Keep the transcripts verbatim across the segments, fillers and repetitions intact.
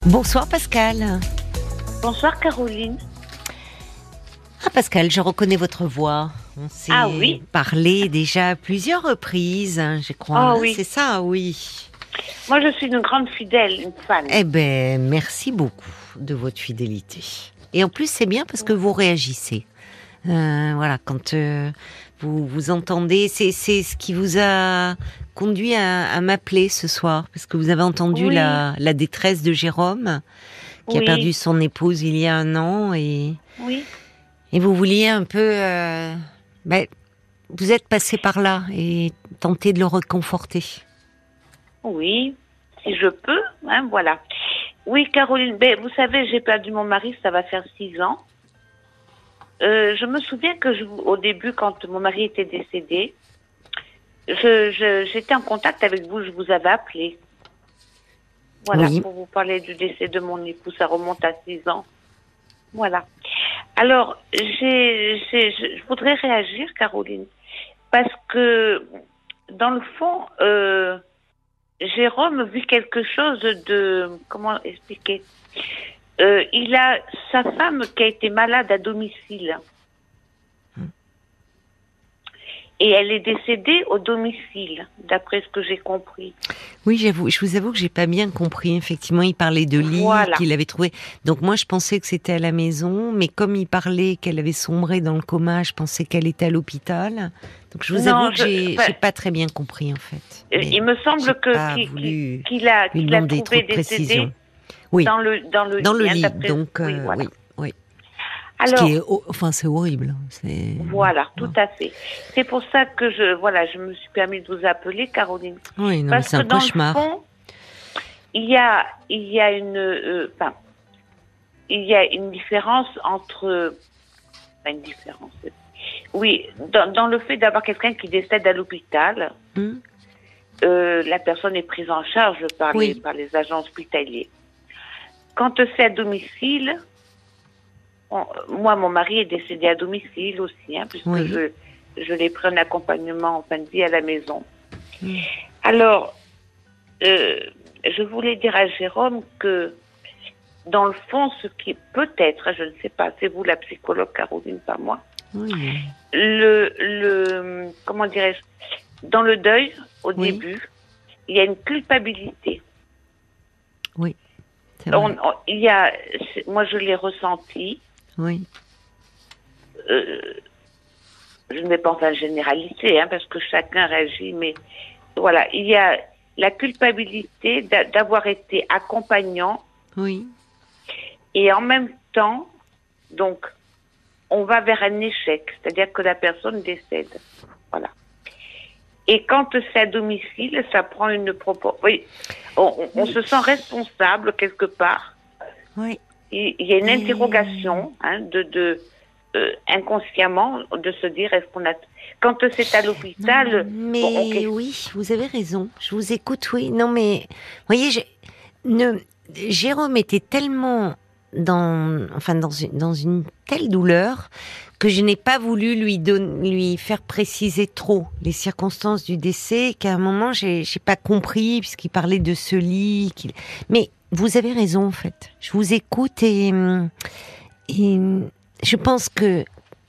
Bonsoir Pascal. Bonsoir Caroline. Ah Pascal, je reconnais votre voix. On s'est Ah oui. parlé déjà à plusieurs reprises, hein, je crois. Ah hein, oui. C'est ça, oui. Moi je suis une grande fidèle, une fan. Eh ben, merci beaucoup de votre fidélité. Et en plus, c'est bien parce que vous réagissez. Euh, voilà, quand euh, vous vous entendez, c'est c'est ce qui vous a conduit à, à m'appeler ce soir, parce que vous avez entendu Oui. la, la détresse de Jérôme, qui a Oui. perdu son épouse il y a un an, et Oui. Et vous vouliez un peu... Euh, ben, vous êtes passé par là et tenter de le réconforter. Oui. Si je peux, hein, voilà. Oui Caroline, ben, vous savez, j'ai perdu mon mari, ça va faire six ans. Euh, je me souviens que je, au début, quand mon mari était décédé, je, je, j'étais en contact avec vous, je vous avais appelé. Voilà, Oui. pour vous parler du décès de mon époux, ça remonte à six ans. Voilà. Alors, j'ai, j'ai, je je voudrais réagir, Caroline, parce que, dans le fond, euh, Jérôme vit quelque chose de... Comment expliquer euh, Il a sa femme qui a été malade à domicile. Et elle est décédée au domicile, d'après ce que j'ai compris. Oui, j'avoue, je vous avoue que j'ai pas bien compris. Effectivement, il parlait de lit Voilà. qu'il avait trouvé. Donc moi, je pensais que c'était à la maison, mais comme il parlait qu'elle avait sombré dans le coma, je pensais qu'elle était à l'hôpital. Donc je vous Non, avoue que je- j'ai, enfin, j'ai pas très bien compris en fait. Euh, Mais Il me j'ai semble que pas qu'il voulu qu'il- qu'il a, lui qu'il a demander trop trouvé de précision. décédé Oui, dans le, dans le dans le lit, hein, lit. d'après... Donc Oui, euh, voilà. oui, oui. Ce qui est, Alors, ho- enfin, c'est horrible. hein. C'est voilà, tout non. à fait. C'est pour ça que je, voilà, je me suis permis de vous appeler, Caroline. Oui, non, mais Parce c'est que un dans le cauchemar. fond, il y a, il y a une, euh, enfin, il y a une différence entre, enfin, une différence. Oui, dans, dans le fait d'avoir quelqu'un qui décède à l'hôpital, Hmm. euh, la personne est prise en charge par les, Oui. par les agents hospitaliers. Quand c'est à domicile, on- moi, mon mari est décédé à domicile aussi, hein, puisque Oui. je, je l'ai pris en accompagnement en fin de vie à la maison. Mm. Alors, euh, je voulais dire à Jérôme que, dans le fond, ce qui peut-être, hein, je ne sais pas, c'est vous la psychologue Caroline, pas moi, Oui. mais- le, le, comment dirais-je, dans le deuil, au Oui. début, il y a une culpabilité. Oui. C'est vrai. On, on- il y a, c'est- moi, je l'ai ressenti. Oui. Euh, je ne vais pas en faire une généralité, hein, parce que chacun réagit, mais voilà, il y a la culpabilité d'a- d'avoir été accompagnant Oui. et en même temps, donc, on va vers un échec, c'est-à-dire que la personne décède. Voilà. Et quand c'est à domicile, ça prend une proportion. Oui, on, on- on se sent responsable quelque part. Oui. Il il y a une Et- interrogation, hein, de, de euh, inconsciemment, de se dire est-ce qu'on a. Quand c'est à l'hôpital, Mais bon, ok. oui, vous avez raison. Je vous écoute, oui. Non, mais voyez, je, ne, Jérôme était tellement dans, enfin, dans une, dans une telle douleur que je n'ai pas voulu lui donner, lui faire préciser trop les circonstances du décès. Qu'à un moment, j'ai, j'ai pas compris puisqu'il parlait de ce lit. Qu'il... Mais vous avez raison, en fait. Je vous écoute et, et je pense que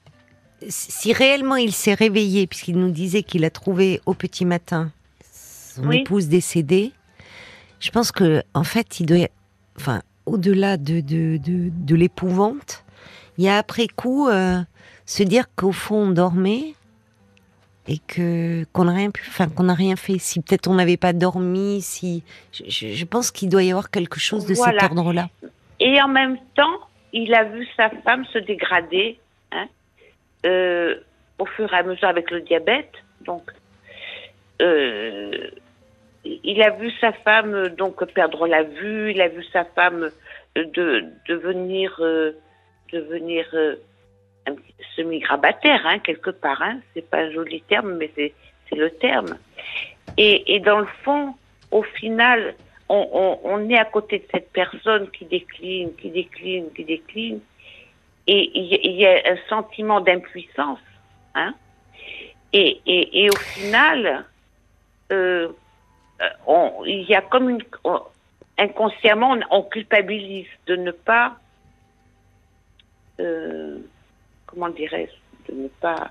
si réellement il s'est réveillé, puisqu'il nous disait qu'il a trouvé au petit matin son Oui. épouse décédée, je pense que en fait, il doit, enfin, au-delà de de de, de l'épouvante, il y a après coup euh, se dire qu'au fond on dormait et que qu'on n'a rien pu, enfin qu'on n'a rien fait. Si peut-être on n'avait pas dormi, si je, je- je pense qu'il doit y avoir quelque chose de Voilà. cet ordre-là. Et en même temps, il a vu sa femme se dégrader, hein, euh, au fur et à mesure avec le diabète. Donc, euh, il a vu sa femme euh, donc perdre la vue. Il a vu sa femme euh, de devenir euh, devenir euh, un petit semi-grabataire, hein, quelque part. Hein. C'est pas un joli terme, mais c'est c'est le terme. Et, et dans le fond, au final, on, on, on est à côté de cette personne qui décline, qui décline, qui décline. Et il y, il y a un sentiment d'impuissance. Hein. Et, et, et au final, euh, on, il y a comme une... on- inconsciemment, on, on culpabilise de ne pas, euh, comment dirais-je, de ne pas.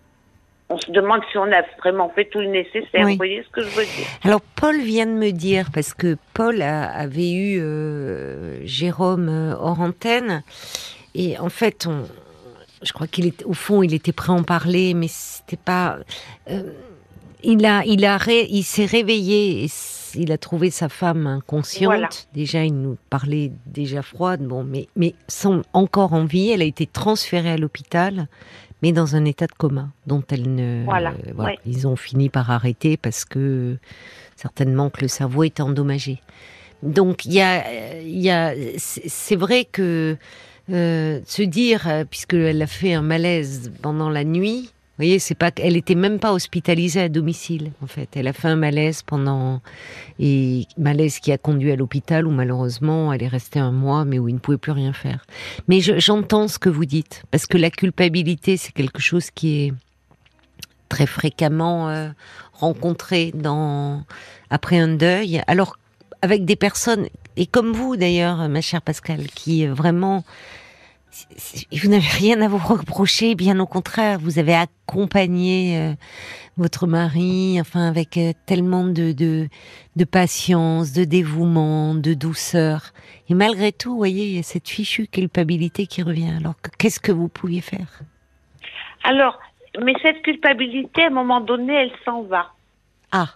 On se demande si on a vraiment fait tout le nécessaire. Oui. Vous voyez ce que je veux dire? Alors Paul vient de me dire, parce que Paul a, avait eu euh, Jérôme euh, hors antenne, et en fait, on, je crois qu'il est, au fond, il était prêt à en parler, mais c'était pas. Euh, il a, il a, ré, il s'est réveillé, et il a trouvé sa femme inconsciente. Voilà. Déjà, il nous parlait déjà froide, bon, mais, mais sans encore en vie, elle a été transférée à l'hôpital. Mais dans un état de coma, dont elle ne... Voilà, euh, voilà. ouais. Ils ont fini par arrêter parce que certainement que le cerveau était endommagé. Donc il y a, il y a, c'est c'est vrai que euh, se dire, euh, puisqu'elle a fait un malaise pendant la nuit, vous voyez, c'est pas, elle était même pas hospitalisée à domicile en fait. Elle a fait un malaise pendant, et malaise qui a conduit à l'hôpital où malheureusement elle est restée un mois, mais où il ne pouvait plus rien faire. Mais je, j'entends ce que vous dites, parce que la culpabilité c'est quelque chose qui est très fréquemment euh, rencontré dans après un deuil. Alors avec des personnes, et comme vous d'ailleurs, ma chère Pascale, qui euh, vraiment, vous n'avez rien à vous reprocher, bien au contraire, vous avez accompagné euh, votre mari, enfin avec euh, tellement de, de de patience, de dévouement, de douceur, et malgré tout, vous voyez, il y a cette fichue culpabilité qui revient. Alors que, qu'est-ce que vous pouviez faire? Alors, mais cette culpabilité, à un moment donné, elle s'en va. Ah,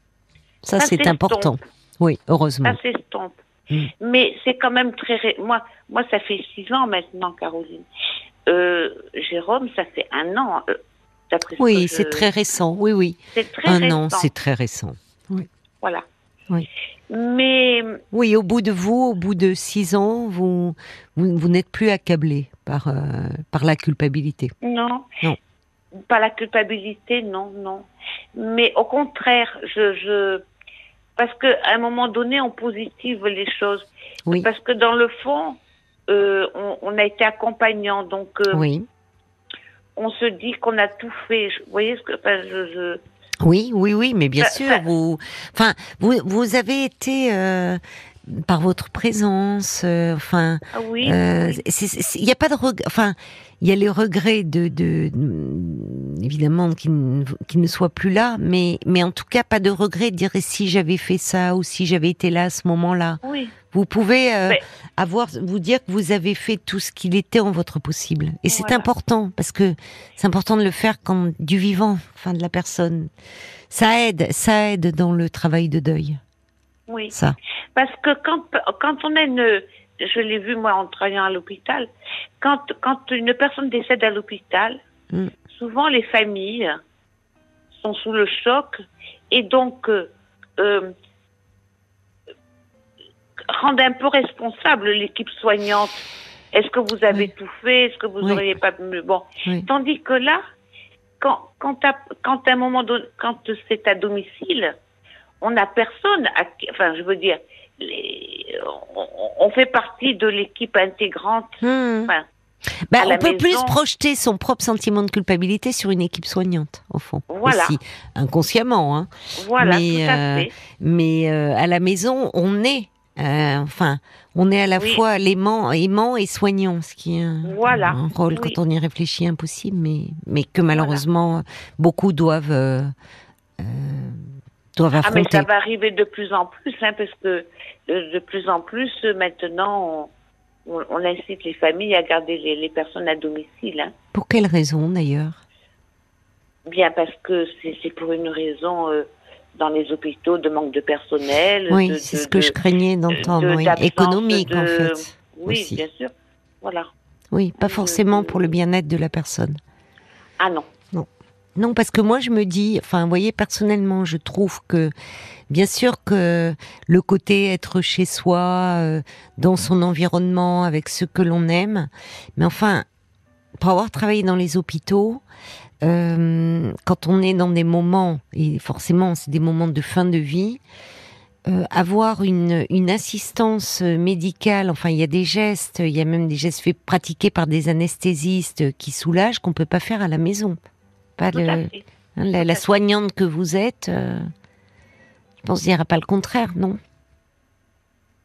ça, Ça c'est s'estompe. important. Oui, heureusement. Ça s'estompe. Mm. Mais c'est quand même très... ré- Moi, moi, ça fait six ans maintenant, Caroline. Euh, Jérôme, ça fait un an. euh, d'après ce que Oui, je- c'est très récent. Oui, oui. C'est très Un récent. an, c'est très récent. Oui. Voilà. Oui. Mais Oui, au bout de vous, au bout de six ans, vous, vous, vous n'êtes plus accablé par, euh, par la culpabilité. non, Non. pas la culpabilité, non, non. Mais au contraire, je... je parce qu'à un moment donné, on positive les choses. Oui. Parce que dans le fond, euh, on, on a été accompagnant, donc euh, Oui. on se dit qu'on a tout fait. Vous voyez ce que... Enfin, je, je... Oui, oui, oui, mais bien Ça- sûr, ça- vous, enfin, vous, vous avez été euh, par votre présence, euh, enfin, Ah oui, euh, oui. il n'y a pas de regret, enfin, il y a les regrets de, de, de- évidemment, qui ne, qui ne soient plus là, mais, mais en tout cas, pas de regret de dire si j'avais fait ça ou si j'avais été là à ce moment-là. Oui. Vous pouvez euh, Mais- avoir, vous dire que vous avez fait tout ce qu'il était en votre possible. Et c'est Voilà. important, parce que c'est important de le faire quand du vivant, enfin de la personne. Ça aide, ça aide dans le travail de deuil. Oui. Ça. Parce que quand, quand on a une... Je l'ai vu, moi, en travaillant à l'hôpital. Quand, quand une personne décède à l'hôpital, Mm. souvent les familles sont sous le choc et donc euh, euh, rendent un peu responsable l'équipe soignante. Est-ce que vous avez Oui. tout fait? Est-ce que vous Oui. n'auriez pas... Bon. Oui. Tandis que là, quand, quand, à, quand à un moment donné, quand c'est à domicile, on n'a personne à, enfin, je veux dire, les, on, on fait partie de l'équipe intégrante. Mm. Enfin, Bah, à on la peut plus maison. projeter son propre sentiment de culpabilité sur une équipe soignante, au fond. Voilà. Aussi, inconsciemment, hein. voilà, mais, tout à euh, fait. mais euh, à la maison, on est, euh, enfin, on est à la Oui. fois l'aimant, aimant et soignant, ce qui est un, Voilà. un rôle, Oui. quand on y réfléchit, impossible, mais, mais que malheureusement, beaucoup doivent, euh, euh, doivent Ah, mais affronter. ça va arriver de plus en plus, hein, parce que de, de plus en plus, euh, maintenant, on, on, on incite les familles à garder les, les personnes à domicile. Hein. Pour quelle raison, d'ailleurs? Bien, parce que c'est c'est pour une raison, euh, dans les hôpitaux, de manque de personnel. Oui, de, c'est de- ce que de- je craignais d'entendre, de- oui. d'absence Économique, en de- fait. Oui, aussi. bien sûr. Voilà. Oui, pas de- forcément de- pour le bien-être de la personne. Ah non. Non, parce que moi je me dis, enfin, vous voyez, personnellement, je trouve que, bien sûr que le côté être chez soi, euh, dans son environnement, avec ceux que l'on aime, mais enfin, pour avoir travaillé dans les hôpitaux, euh, quand on est dans des moments, et forcément c'est des moments de fin de vie, euh, avoir une, une assistance médicale, enfin il y a des gestes, il y a même des gestes faits pratiqués par des anesthésistes qui soulagent qu'on peut pas faire à la maison. Pas Tout le, à hein, fait. la, Tout la à fait. soignante que vous êtes, euh, je pense qu'il n'y aura pas le contraire, non?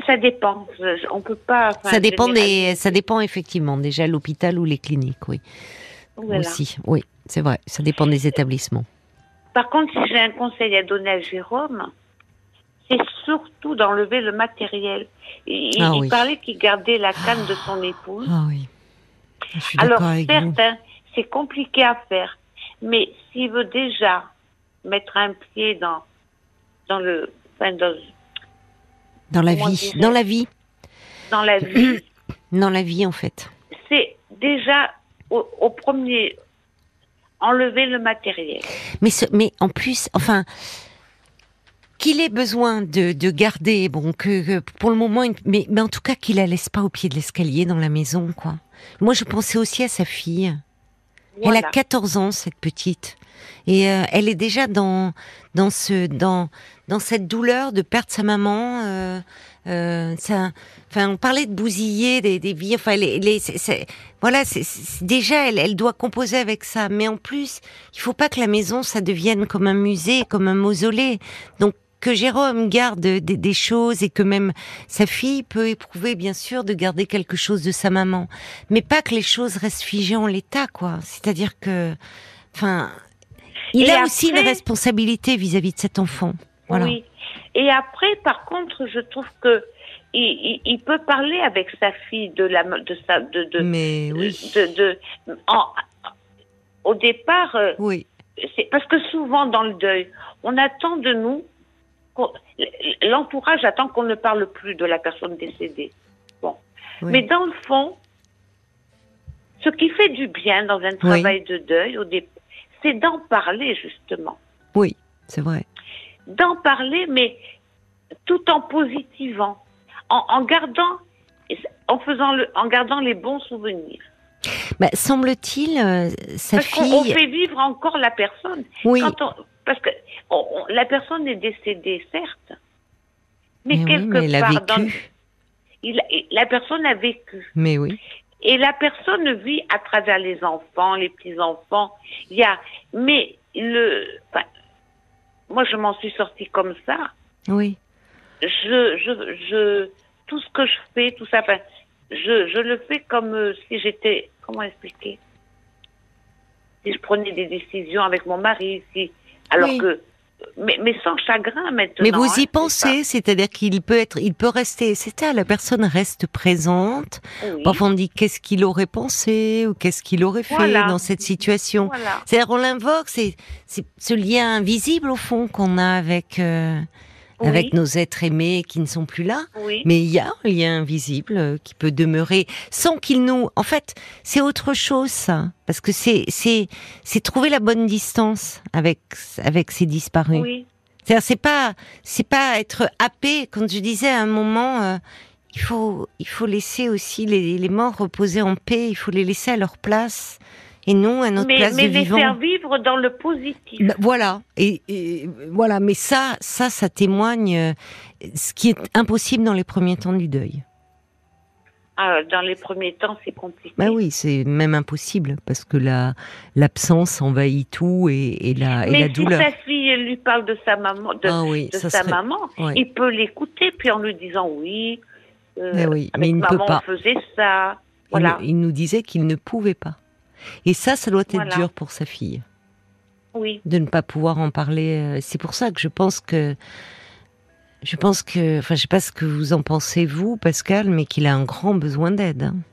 ça dépend. Je- On peut pas. Enfin, Ça dépend généraliser. des, ça dépend effectivement déjà l'hôpital ou les cliniques, oui. Voilà. Aussi, oui, c'est vrai. Ça dépend des établissements. Par contre, si j'ai un conseil à donner à Jérôme, c'est surtout d'enlever le matériel. Il, Ah il oui. parlait qu'il gardait la canne de son épouse. Ah oui. Je suis Alors, d'accord avec certes, vous. hein, c'est compliqué à faire, mais s'il veut déjà mettre un pied dans, dans le, enfin, dans, Dans la comment vie, dirais-je dans la vie, dans la vie, dans la vie en fait. c'est déjà au, au premier enlever le matériel. Mais, ce, mais en plus, enfin, qu'il ait besoin de, de garder, bon, que, que pour le moment, une- mais, mais en tout cas qu'il la laisse pas au pied de l'escalier dans la maison, quoi. Moi, je pensais aussi à sa fille. Voilà. Elle a quatorze ans, cette petite, et euh, elle est déjà dans dans ce dans dans cette douleur de perdre sa maman. Euh, euh, ça, enfin, on parlait de bousiller des, des vies. Enfin, les, les, c'est, c'est- voilà, c'est, c'est- déjà, elle, elle doit composer avec ça. Mais en plus, il faut pas que la maison ça devienne comme un musée, comme un mausolée. Donc que Jérôme garde des, des choses et que même sa fille peut éprouver, bien sûr, de garder quelque chose de sa maman, mais pas que les choses restent figées en l'état, quoi. C'est-à-dire que, enfin, il Et a après- aussi une responsabilité vis-à-vis de cet enfant. Voilà. Oui. Et après, par contre, je trouve que il, il, il peut parler avec sa fille de la de sa de de Mais oui, de, de- en- au départ, euh, oui, c'est parce que souvent dans le deuil, on attend de nous qu'on- l'entourage attend qu'on ne parle plus de la personne décédée. Bon, oui. mais dans le fond, ce qui fait du bien dans un travail de deuil, au dé- c'est d'en parler justement. oui, c'est vrai. D'en parler, mais tout en positivant, en, en gardant, en faisant le, en gardant les bons souvenirs. Bah, semble-t-il, euh, sa Parce qu'on on fille, fait vivre encore la personne. oui, Quand on, parce que on- on- la personne est décédée, certes, mais, mais oui, quelque mais elle a part, dans, vécu. il, la personne a vécu. Mais oui, Et la personne vit à travers les enfants, les petits-enfants. Il y a, mais le, enfin, moi je m'en suis sortie comme ça. oui, Je, je, je, tout ce que je fais, tout ça, enfin, je, je le fais comme euh, si j'étais, comment expliquer? Si je prenais des décisions avec mon mari, si, alors Oui. que, mais, mais sans chagrin maintenant. mais vous hein, y pensez, c'est-à-dire qu'il peut être, il peut rester, c'est ça, la personne reste présente. c'est ça. Oui. Parfois on dit qu'est-ce qu'il aurait pensé ou qu'est-ce qu'il aurait fait Voilà. dans cette situation. Voilà. C'est-à-dire on l'invoque, c'est, c'est ce lien invisible au fond qu'on a avec euh, Oui. avec nos êtres aimés qui ne sont plus là. Oui. Mais il y a un lien invisible euh, qui peut demeurer sans qu'il nous. En fait, c'est autre chose, ça, parce que c'est c'est c'est trouver la bonne distance avec avec ces disparus. Oui. C'est-à-dire, c'est pas c'est pas être happé. Quand je disais à un moment, euh, il faut il faut laisser aussi les les morts reposer en paix. Il faut les laisser à leur place et non à notre Mais, place mais de les vivant. faire vivre dans le positif. Ben, voilà, et, et voilà, mais ça, ça, ça témoigne euh, ce qui est impossible dans les premiers temps du deuil. Ah, dans les premiers temps, c'est compliqué. Ben oui, c'est même impossible parce que la l'absence envahit tout et, et la et Mais la si douleur. sa fille lui parle de sa maman, de, Ah oui, de ça sa serait- maman, ouais. il peut l'écouter, puis en lui disant oui. euh, Mais oui, mais avec il ne maman, peut pas. on faisait ça. Il, Voilà. il nous disait qu'il ne pouvait pas. Et ça, ça doit être Voilà. dur pour sa fille Oui. de ne pas pouvoir en parler. euh, C'est pour ça que je pense que je pense que, enfin, je sais pas ce que vous en pensez vous, Pascal, mais qu'il a un grand besoin d'aide. hein.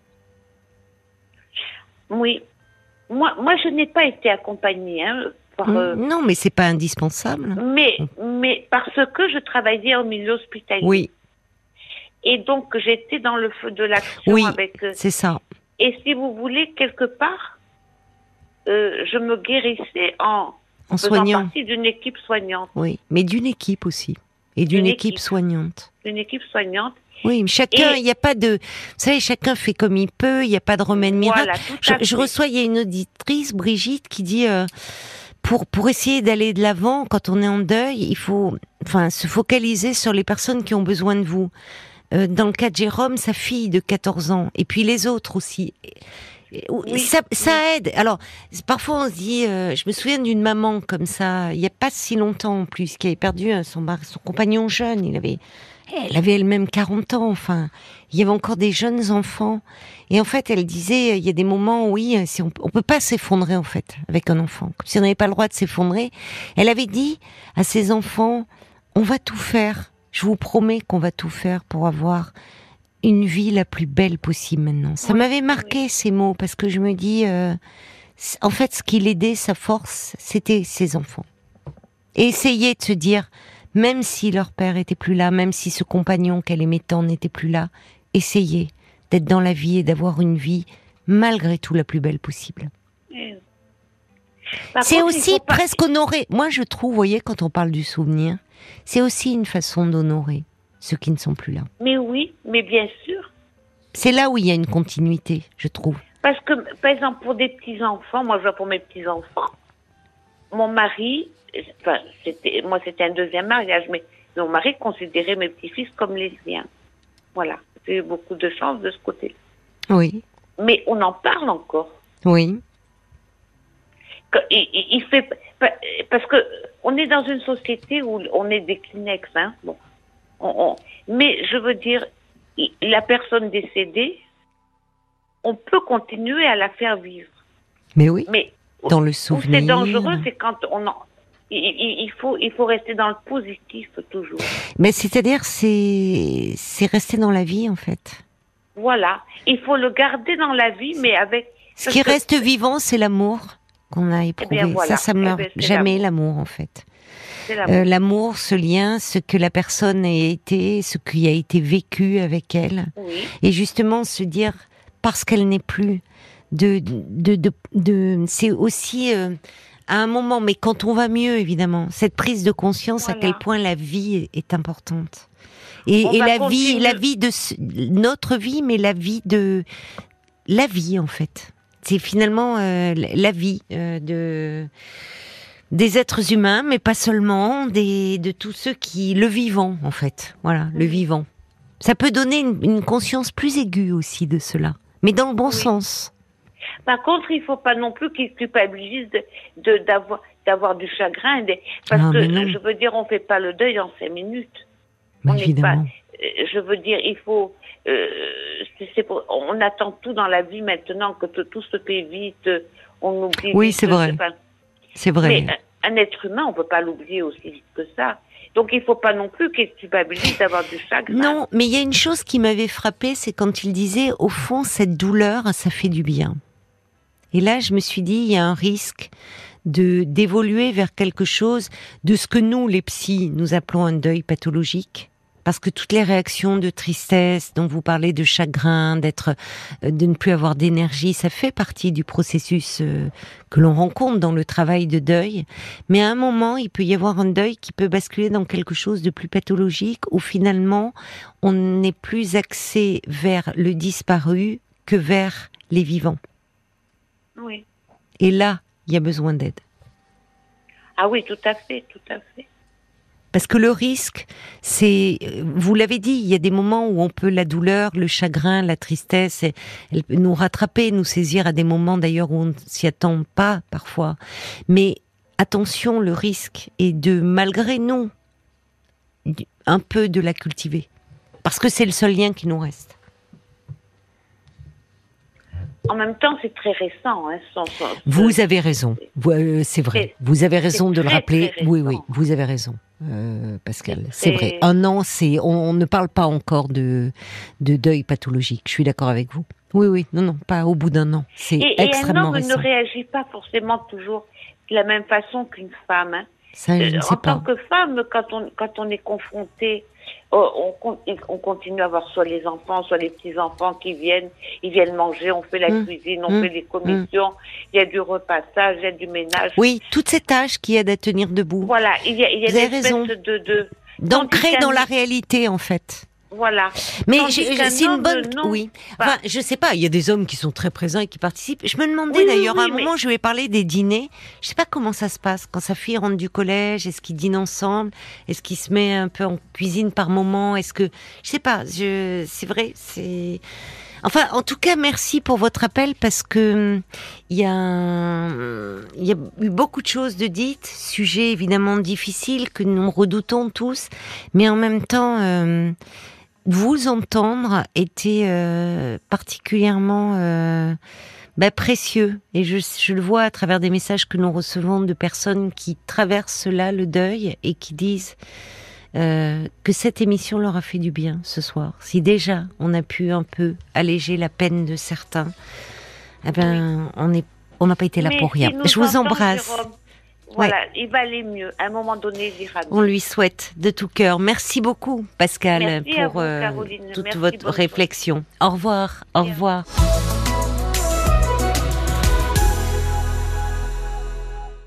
Oui. Moi, moi, je n'ai pas été accompagnée, hein, par, euh, Non, mais c'est pas indispensable. mais, mais parce que je travaillais au milieu hospitalier. Oui, Et donc, j'étais dans le feu de l'action oui, avec. euh, c'est ça. et si vous voulez, quelque part, euh, je me guérissais en En faisant soignant. partie d'une équipe soignante. Oui, mais d'une équipe aussi. Et d'une D'une équipe, équipe. soignante. Une équipe soignante. Oui, mais chacun, Et- il n'y a pas de... Vous savez, chacun fait comme il peut, il n'y a pas de remède miracle. Voilà, tout Je, à je fait. reçois, il y a une auditrice, Brigitte, qui dit... euh, pour, pour essayer d'aller de l'avant, quand on est en deuil, il faut enfin, se focaliser sur les personnes qui ont besoin de vous. Euh, dans le cas de Jérôme, sa fille de quatorze ans, et puis les autres aussi. Et- Oui, ça, ça oui. aide. Alors, parfois on se dit, euh, je me souviens d'une maman comme ça, il n'y a pas si longtemps en plus, qui avait perdu euh, son, mari- son compagnon jeune. Il avait, Elle avait elle-même quarante ans, enfin, il y avait encore des jeunes enfants. Et en fait, elle disait, il y a des moments où, oui, si on, on peut pas s'effondrer, en fait, avec un enfant. Comme si on n'avait pas le droit de s'effondrer. Elle avait dit à ses enfants, on va tout faire. Je vous promets qu'on va tout faire pour avoir une vie la plus belle possible maintenant. Ça Oui, m'avait marqué, oui. ces mots, parce que je me dis, euh, en fait, ce qui l'aidait, sa force, c'était ses enfants. Et essayer de se dire, même si leur père était plus là, même si ce compagnon qu'elle aimait tant n'était plus là, essayer d'être dans la vie et d'avoir une vie malgré tout la plus belle possible. Eh, Par C'est contre, il aussi faut pas- presque honorer. Moi, je trouve, vous voyez, quand on parle du souvenir, c'est aussi une façon d'honorer ceux qui ne sont plus là. Mais oui, mais bien sûr. C'est là où il y a une continuité, je trouve. Parce que, par exemple, pour des petits-enfants, moi je vois pour mes petits-enfants, mon mari, enfin, c'était, moi c'était un deuxième mariage, mais mon mari considérait mes petits-fils comme les siens. Voilà. J'ai eu beaucoup de chance de ce côté. Oui, Mais on en parle encore. oui, Que- Il, il- il fait, parce que on est dans une société où on est des Kleenex, hein. Bon. On- on- mais je veux dire, il- la personne décédée, on peut continuer à la faire vivre. mais oui, Mais dans le où souvenir. c'est dangereux, c'est quand on en, il, il- il faut, il faut rester dans le positif toujours. Mais c'est-à-dire, c'est, c'est rester dans la vie, en fait. Voilà. Il faut le garder dans la vie, mais avec. Ce parce qui que- reste vivant, c'est l'amour qu'on a éprouvé. bien, voilà. Ça, ça Eh meurt bien, c'est jamais, l'amour, en fait. c'est l'amour. Euh, l'amour, ce lien, ce que la personne a été, ce qui a été vécu avec elle. Oui. Et justement, se dire, parce qu'elle n'est plus, de, de, de, de c'est aussi euh, à un moment, mais quand on va mieux, évidemment, cette prise de conscience Voilà. à quel point la vie est, est importante. Et, On et va la continuer. vie, la vie de ce- notre vie, mais la vie de la vie en fait. C'est finalement euh, la vie euh, de des êtres humains, mais pas seulement, des de tous ceux qui le vivant en fait. Voilà, le vivant. Ça peut donner une, une conscience plus aiguë aussi de cela, mais dans le bon Oui. sens. Par contre, il faut pas non plus qu'ils culpabilisent de, de- d'avoir, d'avoir du chagrin, des- parce Ah, que mais non. je veux dire, on fait pas le deuil en cinq minutes. Mais On n'est évidemment. pas- euh, je veux dire, il faut. euh, c'est, c'est pour- on attend tout dans la vie maintenant que tout, tout se fait vite. euh, On oublie. Oui, vite, c'est vrai. enfin, C'est vrai. mais un, un être humain, on peut pas l'oublier aussi vite que ça. Donc il faut pas non plus qu'il culpabilise d'avoir du chagrin. Non, mais il y a une chose qui m'avait frappée, c'est quand il disait, au fond, cette douleur, ça fait du bien. Et là, je me suis dit, il y a un risque de d'évoluer vers quelque chose de ce que nous, les psys, nous appelons un deuil pathologique. Parce que toutes les réactions de tristesse, dont vous parlez, de chagrin, d'être, euh, de ne plus avoir d'énergie, ça fait partie du processus euh, que l'on rencontre dans le travail de deuil. Mais à un moment, il peut y avoir un deuil qui peut basculer dans quelque chose de plus pathologique, où finalement, on n'est plus axé vers le disparu que vers les vivants. Oui. Et là, il y a besoin d'aide. Ah oui, tout à fait, tout à fait. Parce que le risque, c'est, vous l'avez dit, il y a des moments où on peut, la douleur, le chagrin, la tristesse, elle peut nous rattraper, nous saisir à des moments d'ailleurs où on ne s'y attend pas parfois. Mais attention, le risque est de, malgré nous, un peu de la cultiver. Parce que c'est le seul lien qui nous reste. En même temps, c'est très récent. Hein, son- son- Vous avez raison, Vous, euh, c'est vrai. C'est- Vous avez raison c'est de le très, rappeler. très Oui, oui, récent. vous avez raison, euh, Pascal. C'est C'est très- vrai. Un an, c'est, on, on ne parle pas encore de, de deuil pathologique. Je suis d'accord avec vous. Oui, oui, non, non, pas au bout d'un an. C'est Et, et un extrêmement homme récent. ne réagit pas forcément toujours de la même façon qu'une femme. Hein. Ça, je ne Euh, sais en pas. tant que femme, quand on, quand on est confronté, euh, on, con- on continue à avoir soit les enfants, soit les petits-enfants qui viennent, ils viennent manger, on fait la Mmh. cuisine, on Mmh. fait les commissions, il y a du repassage, il y a du ménage. Oui, toutes ces tâches qui aident à tenir debout. Voilà, il y a, il y a Vous avez une espèce raison. de... de D'ancrer tandis dans qu'un- la réalité, en fait. Voilà. Mais Tandis j'ai- qu'un c'est une homme, bonne. non. Oui. Enfin, Enfin, je sais pas. Il y a des hommes qui sont très présents et qui participent. Je me demandais Oui, oui, d'ailleurs oui, à un mais- moment, je lui ai parlé des dîners. Je sais pas comment ça se passe quand sa fille rentre du collège. Est-ce qu'ils dînent ensemble? Est-ce qu'ils se met un peu en cuisine par moment? Est-ce que je sais pas. Je c'est vrai. C'est Enfin, en tout cas, merci pour votre appel parce que il y a, il y a eu beaucoup de choses de dites, sujet évidemment difficile que nous redoutons tous, mais en même temps, euh, vous entendre était euh, particulièrement euh, bah, précieux. Et je, je le vois à travers des messages que nous recevons de personnes qui traversent là le deuil et qui disent Euh, que cette émission leur a fait du bien ce soir. Si déjà on a pu un peu alléger la peine de certains, eh ben oui. on est, on n'a pas été là Mais pour rien. Si Je vous embrasse. Jérôme, voilà, ouais. Il va aller mieux. À un moment donné, il ira mieux. On lui souhaite de tout cœur. Merci beaucoup, Pascal, Merci pour à vous, euh, Caroline. toute Merci, votre bonne réflexion. Soirée. Au revoir. Au revoir.